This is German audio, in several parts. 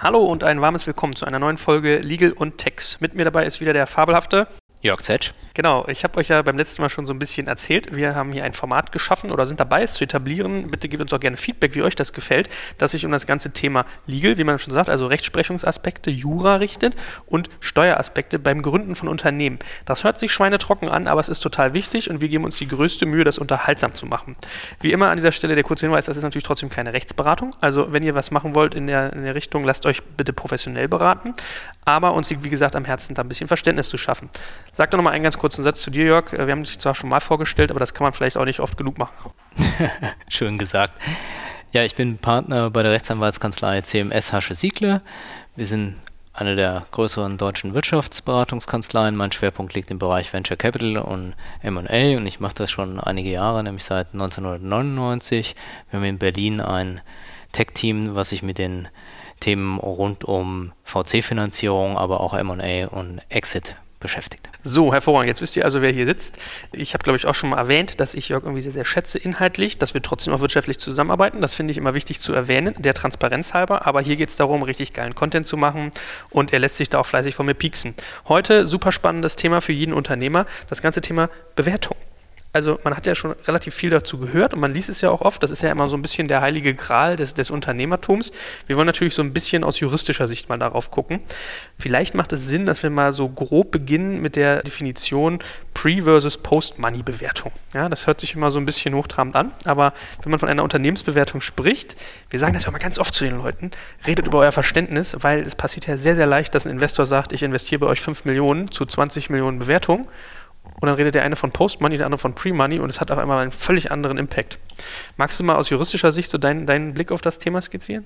Hallo und ein warmes Willkommen zu einer neuen Folge Legal und Tax. Mit mir dabei ist wieder der fabelhafte Jörg Zetsch. Genau, ich habe euch ja beim letzten Mal schon so ein bisschen erzählt. Wir haben hier ein Format geschaffen oder sind dabei, es zu etablieren. Bitte gebt uns auch gerne Feedback, wie euch das gefällt, dass sich um das ganze Thema Legal, wie man schon sagt, also Rechtsprechungsaspekte, Jura richtet und Steueraspekte beim Gründen von Unternehmen. Das hört sich schweinetrocken an, aber es ist total wichtig und wir geben uns die größte Mühe, das unterhaltsam zu machen. Wie immer an dieser Stelle der kurze Hinweis, das ist natürlich trotzdem keine Rechtsberatung. Also wenn ihr was machen wollt in der Richtung, lasst euch bitte professionell beraten. Aber uns liegt, wie gesagt, am Herzen, da ein bisschen Verständnis zu schaffen. Sag doch nochmal einen ganz kurzen Satz zu dir, Jörg. Wir haben dich zwar schon mal vorgestellt, aber das kann man vielleicht auch nicht oft genug machen. Schön gesagt. Ja, ich bin Partner bei der Rechtsanwaltskanzlei CMS Hasche-Siegler. Wir sind eine der größeren deutschen Wirtschaftsberatungskanzleien. Mein Schwerpunkt liegt im Bereich Venture Capital und M&A und ich mache das schon einige Jahre, nämlich seit 1999. Wir haben in Berlin ein Tech-Team, was sich mit den Themen rund um VC-Finanzierung, aber auch M&A und Exit beschäftigt. So, hervorragend. Jetzt wisst ihr also, wer hier sitzt. Ich habe, glaube ich, auch schon mal erwähnt, dass ich Jörg irgendwie sehr, sehr schätze inhaltlich, dass wir trotzdem auch wirtschaftlich zusammenarbeiten. Das finde ich immer wichtig zu erwähnen, der Transparenz halber. Aber hier geht es darum, richtig geilen Content zu machen und er lässt sich da auch fleißig von mir pieksen. Heute super spannendes Thema für jeden Unternehmer, das ganze Thema Bewertung. Also man hat ja schon relativ viel dazu gehört und man liest es ja auch oft, das ist ja immer so ein bisschen der heilige Gral des Unternehmertums. Wir wollen natürlich so ein bisschen aus juristischer Sicht mal darauf gucken. Vielleicht macht es Sinn, dass wir mal so grob beginnen mit der Definition Pre- versus Post-Money-Bewertung. Ja, das hört sich immer so ein bisschen hochtrabend an, aber wenn man von einer Unternehmensbewertung spricht, wir sagen das ja auch mal ganz oft zu den Leuten, redet über euer Verständnis, weil es passiert ja sehr, sehr leicht, dass ein Investor sagt, ich investiere bei euch 5 Millionen zu 20 Millionen Bewertung. Und dann redet der eine von Post-Money, der andere von Pre-Money und es hat auch einmal einen völlig anderen Impact. Magst du mal aus juristischer Sicht so deinen Blick auf das Thema skizzieren?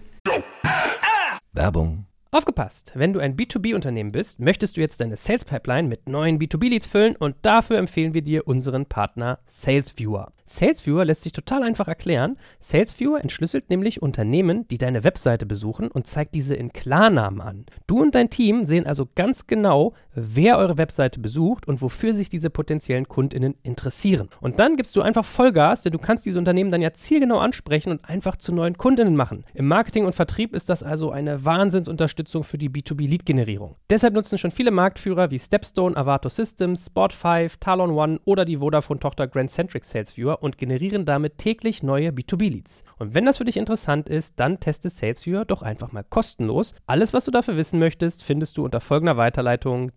Werbung. Aufgepasst! Wenn du ein B2B-Unternehmen bist, möchtest du jetzt deine Sales-Pipeline mit neuen B2B-Leads füllen und dafür empfehlen wir dir unseren Partner SalesViewer. SalesViewer lässt sich total einfach erklären. SalesViewer entschlüsselt nämlich Unternehmen, die deine Webseite besuchen und zeigt diese in Klarnamen an. Du und dein Team sehen also ganz genau, wer eure Webseite besucht und wofür sich diese potenziellen KundInnen interessieren. Und dann gibst du einfach Vollgas, denn du kannst diese Unternehmen dann ja zielgenau ansprechen und einfach zu neuen KundInnen machen. Im Marketing und Vertrieb ist das also eine Wahnsinnsunterstützung für die B2B-Lead-Generierung. Deshalb nutzen schon viele Marktführer wie Stepstone, Avato Systems, Spot5, Talon One oder die Vodafone-Tochter Grand Centric SalesViewer und generieren damit täglich neue B2B-Leads. Und wenn das für dich interessant ist, dann teste SalesViewer doch einfach mal kostenlos. Alles, was du dafür wissen möchtest, findest du unter folgender Weiterleitung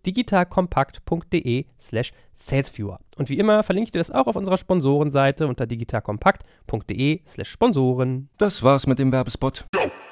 digitalkompakt.de/SalesViewer. Und wie immer verlinke ich dir das auch auf unserer Sponsorenseite unter digitalkompakt.de/Sponsoren. Das war's mit dem Werbespot.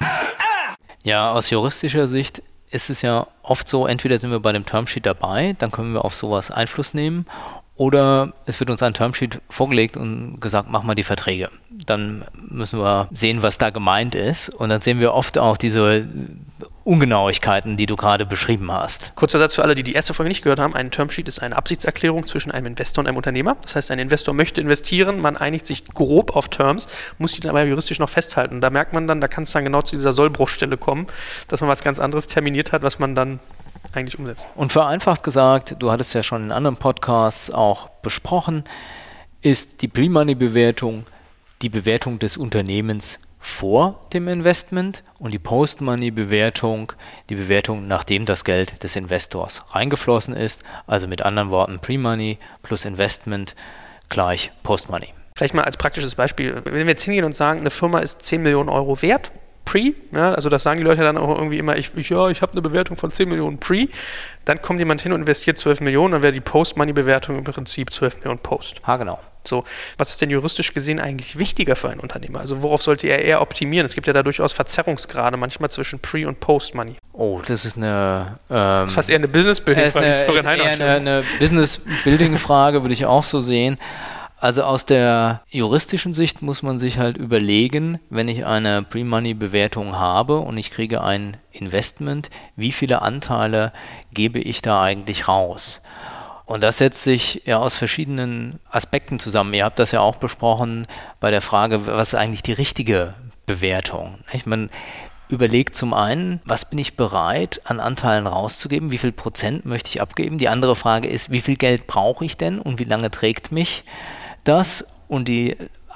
Ja, aus juristischer Sicht ist es ja oft so, entweder sind wir bei dem Termsheet dabei, dann können wir auf sowas Einfluss nehmen, oder es wird uns ein Termsheet vorgelegt und gesagt, mach mal die Verträge. Dann müssen wir sehen, was da gemeint ist. Und dann sehen wir oft auch diese Ungenauigkeiten, die du gerade beschrieben hast. Kurzer Satz für alle, die die erste Folge nicht gehört haben. Ein Termsheet ist eine Absichtserklärung zwischen einem Investor und einem Unternehmer. Das heißt, ein Investor möchte investieren, man einigt sich grob auf Terms, muss die dann aber juristisch noch festhalten. Da merkt man dann, da kann es dann genau zu dieser Sollbruchstelle kommen, dass man was ganz anderes terminiert hat, was man dann eigentlich umsetzt. Und vereinfacht gesagt, du hattest ja schon in anderen Podcasts auch besprochen, ist die Pre-Money-Bewertung die Bewertung des Unternehmens vor dem Investment und die Post-Money-Bewertung die Bewertung, nachdem das Geld des Investors reingeflossen ist. Also mit anderen Worten, Pre-Money plus Investment gleich Post-Money. Vielleicht mal als praktisches Beispiel, wenn wir jetzt hingehen und sagen, eine Firma ist 10 Millionen Euro wert, Pre, ja, also das sagen die Leute dann auch irgendwie immer, ich habe eine Bewertung von 10 Millionen Pre, dann kommt jemand hin und investiert 12 Millionen, dann wäre die Post-Money-Bewertung im Prinzip 12 Millionen Post. Genau. So, was ist denn juristisch gesehen eigentlich wichtiger für einen Unternehmer? Also worauf sollte er eher optimieren? Es gibt ja da durchaus Verzerrungsgrade manchmal zwischen Pre- und Post-Money. Oh, das ist eine... das ist fast eher eine Business-Building-Frage. Das ist eher eine Business-Building-Frage, würde ich auch so sehen. Also aus der juristischen Sicht muss man sich halt überlegen, wenn ich eine Pre-Money-Bewertung habe und ich kriege ein Investment, wie viele Anteile gebe ich da eigentlich raus? Und das setzt sich ja aus verschiedenen Aspekten zusammen. Ihr habt das ja auch besprochen bei der Frage, was ist eigentlich die richtige Bewertung? Man überlegt zum einen, was bin ich bereit an Anteilen rauszugeben, wie viel Prozent möchte ich abgeben? Die andere Frage ist, wie viel Geld brauche ich denn und wie lange trägt mich das? Und die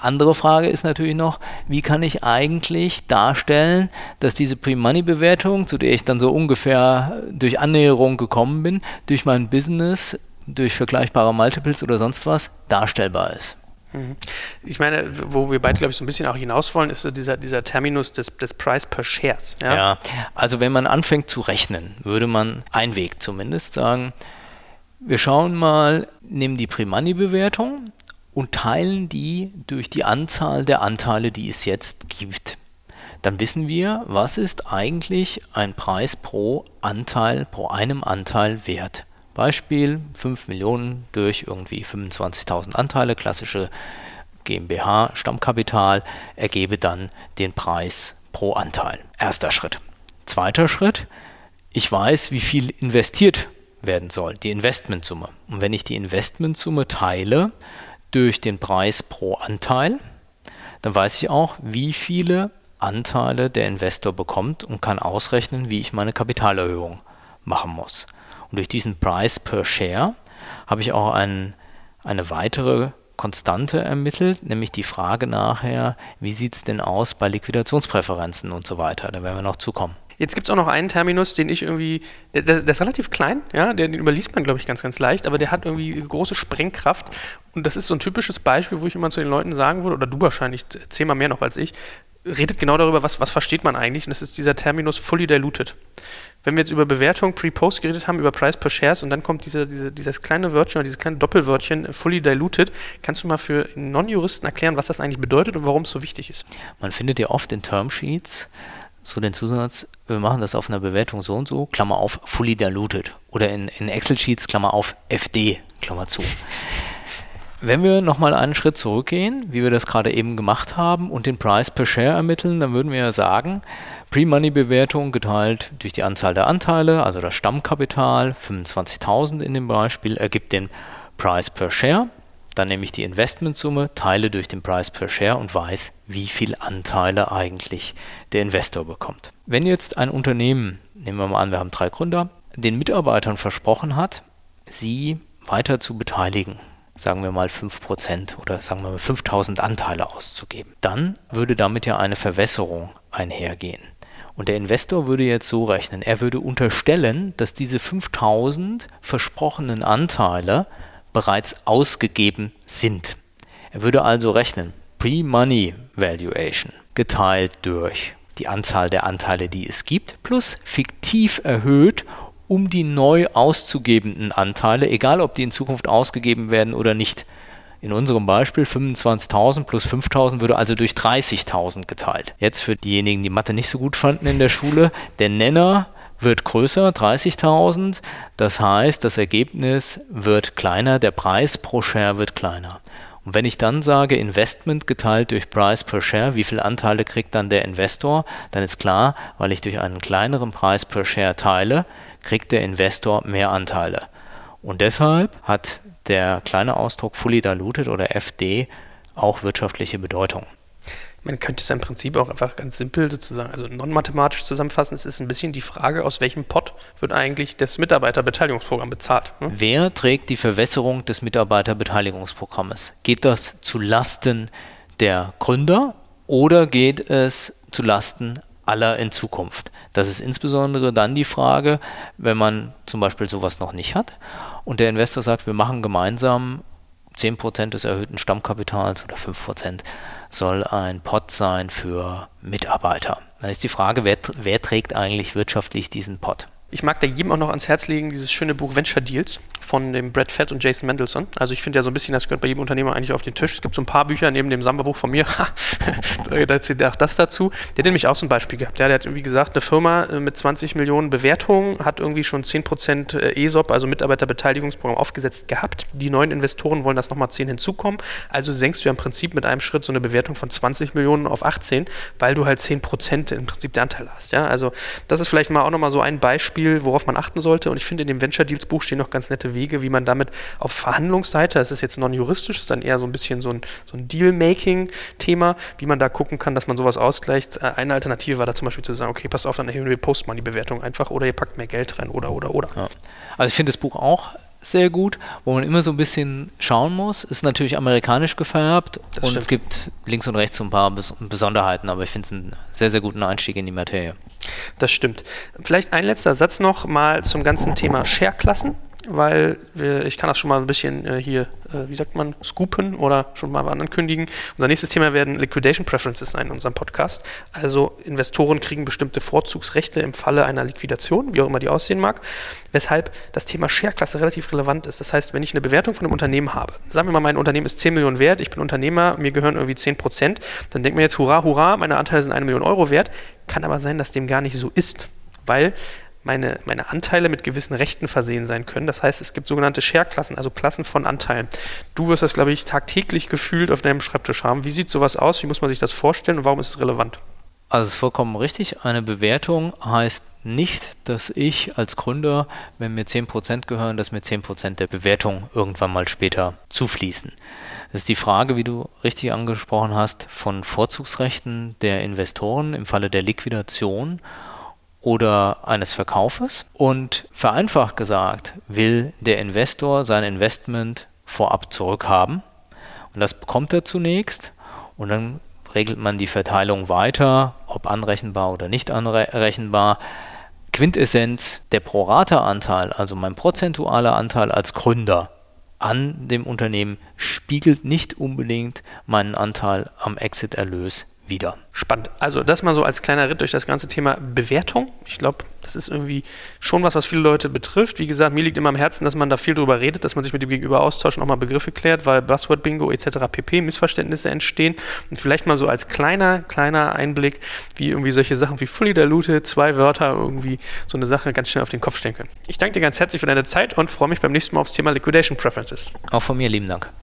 Andere Frage ist natürlich noch, wie kann ich eigentlich darstellen, dass diese Pre-Money-Bewertung, zu der ich dann so ungefähr durch Annäherung gekommen bin, durch mein Business, durch vergleichbare Multiples oder sonst was, darstellbar ist. Ich meine, wo wir beide, glaube ich, so ein bisschen auch hinaus wollen, ist so dieser Terminus des Price per Shares. Ja, also wenn man anfängt zu rechnen, würde man einen Weg zumindest sagen, wir schauen mal, nehmen die Pre-Money-Bewertung und teilen die durch die Anzahl der Anteile, die es jetzt gibt. Dann wissen wir, was ist eigentlich ein Preis pro einem Anteil wert. Beispiel 5 Millionen durch irgendwie 25.000 Anteile, klassische GmbH, Stammkapital, ergebe dann den Preis pro Anteil. Erster Schritt. Zweiter Schritt, ich weiß, wie viel investiert werden soll, die Investmentsumme. Und wenn ich die Investmentsumme teile durch den Preis pro Anteil, dann weiß ich auch, wie viele Anteile der Investor bekommt und kann ausrechnen, wie ich meine Kapitalerhöhung machen muss. Und durch diesen Price per Share habe ich auch eine weitere Konstante ermittelt, nämlich die Frage nachher, wie sieht es denn aus bei Liquidationspräferenzen und so weiter. Da werden wir noch zukommen. Jetzt gibt es auch noch einen Terminus, den ich irgendwie, der ist relativ klein, ja, den überliest man, glaube ich, ganz, ganz leicht, aber der hat irgendwie große Sprengkraft und das ist so ein typisches Beispiel, wo ich immer zu den Leuten sagen würde, oder du wahrscheinlich 10-mal mehr noch als ich, redet genau darüber, was versteht man eigentlich, und das ist dieser Terminus fully diluted. Wenn wir jetzt über Bewertung Pre-Post geredet haben, über Price per Shares und dann kommt dieses kleine Wörtchen oder dieses kleine Doppelwörtchen fully diluted, kannst du mal für Non-Juristen erklären, was das eigentlich bedeutet und warum es so wichtig ist? Man findet ja oft in Termsheets so den Zusatz, wir machen das auf einer Bewertung so und so, Klammer auf, fully diluted. Oder in Excel-Sheets, Klammer auf, FD, Klammer zu. Wenn wir nochmal einen Schritt zurückgehen, wie wir das gerade eben gemacht haben und den Price per Share ermitteln, dann würden wir ja sagen, Pre-Money-Bewertung geteilt durch die Anzahl der Anteile, also das Stammkapital, 25.000 in dem Beispiel, ergibt den Price per Share. Dann nehme ich die Investmentsumme, teile durch den Price per Share und weiß, wie viel Anteile eigentlich der Investor bekommt. Wenn jetzt ein Unternehmen, nehmen wir mal an, wir haben 3 Gründer, den Mitarbeitern versprochen hat, sie weiter zu beteiligen, sagen wir mal 5% oder sagen wir mal 5.000 Anteile auszugeben, dann würde damit ja eine Verwässerung einhergehen. Und der Investor würde jetzt so rechnen, er würde unterstellen, dass diese 5.000 versprochenen Anteile bereits ausgegeben sind. Er würde also rechnen, Pre-Money Valuation geteilt durch die Anzahl der Anteile, die es gibt, plus fiktiv erhöht um die neu auszugebenden Anteile, egal ob die in Zukunft ausgegeben werden oder nicht. In unserem Beispiel 25.000 plus 5.000 würde also durch 30.000 geteilt. Jetzt für diejenigen, die Mathe nicht so gut fanden in der Schule, der Nenner wird größer, 30.000, das heißt, das Ergebnis wird kleiner, der Preis pro Share wird kleiner. Und wenn ich dann sage, Investment geteilt durch Price per Share, wie viele Anteile kriegt dann der Investor, dann ist klar, weil ich durch einen kleineren Preis per Share teile, kriegt der Investor mehr Anteile. Und deshalb hat der kleine Ausdruck fully diluted oder FD auch wirtschaftliche Bedeutung. Man könnte es im Prinzip auch einfach ganz simpel sozusagen, also non-mathematisch zusammenfassen. Es ist ein bisschen die Frage, aus welchem Pot wird eigentlich das Mitarbeiterbeteiligungsprogramm bezahlt. Ne? Wer trägt die Verwässerung des Mitarbeiterbeteiligungsprogrammes? Geht das zu Lasten der Gründer oder geht es zu Lasten aller in Zukunft? Das ist insbesondere dann die Frage, wenn man zum Beispiel sowas noch nicht hat und der Investor sagt, wir machen gemeinsam 10% des erhöhten Stammkapitals oder 5% soll ein Pot sein für Mitarbeiter. Da ist die Frage, wer trägt eigentlich wirtschaftlich diesen Pot? Ich mag da jedem auch noch ans Herz legen, dieses schöne Buch Venture Deals von dem Brad Fett und Jason Mendelsohn. Also ich finde ja so ein bisschen, das gehört bei jedem Unternehmer eigentlich auf den Tisch. Es gibt so ein paar Bücher neben dem Samba-Buch von mir, da zählt auch das dazu. Der hat nämlich auch so ein Beispiel gehabt. Der hat irgendwie gesagt, eine Firma mit 20 Millionen Bewertungen hat irgendwie schon 10% ESOP, also Mitarbeiterbeteiligungsprogramm, aufgesetzt gehabt. Die neuen Investoren wollen das nochmal 10 hinzukommen. Also senkst du ja im Prinzip mit einem Schritt so eine Bewertung von 20 Millionen auf 18, weil du halt 10% im Prinzip der Anteil hast. Ja? Also das ist vielleicht mal auch nochmal so ein Beispiel, worauf man achten sollte. Und ich finde, in dem Venture Deals Buch stehen noch ganz nette Wege, wie man damit auf Verhandlungsseite, das ist jetzt non-juristisch, das ist dann eher so ein bisschen so ein Deal-Making-Thema, wie man da gucken kann, dass man sowas ausgleicht. Eine Alternative war da zum Beispiel zu sagen, okay, pass auf, dann erhöhen wir Post-Money-Bewertung einfach oder ihr packt mehr Geld rein oder. Ja. Also ich finde das Buch auch sehr gut. Wo man immer so ein bisschen schauen muss, ist natürlich amerikanisch gefärbt Das und stimmt. es gibt links und rechts so ein paar Besonderheiten, aber ich finde es einen sehr, sehr guten Einstieg in die Materie. Das stimmt. Vielleicht ein letzter Satz noch mal zum ganzen Thema Share-Klassen, weil ich kann das schon mal ein bisschen hier, wie sagt man, scoopen oder schon mal ankündigen. Unser nächstes Thema werden Liquidation Preferences sein in unserem Podcast. Also Investoren kriegen bestimmte Vorzugsrechte im Falle einer Liquidation, wie auch immer die aussehen mag, weshalb das Thema Share-Klasse relativ relevant ist. Das heißt, wenn ich eine Bewertung von einem Unternehmen habe, sagen wir mal, mein Unternehmen ist 10 Millionen wert, ich bin Unternehmer, mir gehören irgendwie 10%, dann denkt man jetzt, hurra, hurra, meine Anteile sind 1 Million Euro wert. Kann aber sein, dass dem gar nicht so ist, weil meine Anteile mit gewissen Rechten versehen sein können. Das heißt, es gibt sogenannte Share-Klassen, also Klassen von Anteilen. Du wirst das, glaube ich, tagtäglich gefühlt auf deinem Schreibtisch haben. Wie sieht sowas aus? Wie muss man sich das vorstellen und warum ist es relevant? Also es ist vollkommen richtig. Eine Bewertung heißt nicht, dass ich als Gründer, wenn mir 10% gehören, dass mir 10% der Bewertung irgendwann mal später zufließen. Das ist die Frage, wie du richtig angesprochen hast, von Vorzugsrechten der Investoren im Falle der Liquidation oder eines Verkaufes. Und vereinfacht gesagt, will der Investor sein Investment vorab zurückhaben. Und das bekommt er zunächst. Und dann regelt man die Verteilung weiter, ob anrechenbar oder nicht anrechenbar. Quintessenz, der Pro-Rata-Anteil, also mein prozentualer Anteil als Gründer an dem Unternehmen, spiegelt nicht unbedingt meinen Anteil am Exit-Erlös wider. Spannend. Also das mal so als kleiner Ritt durch das ganze Thema Bewertung. Ich glaube, das ist irgendwie schon was viele Leute betrifft. Wie gesagt, mir liegt immer am Herzen, dass man da viel drüber redet, dass man sich mit dem Gegenüber austauscht und auch mal Begriffe klärt, weil Buzzword-Bingo etc. pp. Missverständnisse entstehen. Und vielleicht mal so als kleiner Einblick, wie irgendwie solche Sachen wie fully diluted, 2 Wörter irgendwie so eine Sache ganz schnell auf den Kopf stellen können. Ich danke dir ganz herzlich für deine Zeit und freue mich beim nächsten Mal aufs Thema Liquidation Preferences. Auch von mir lieben Dank.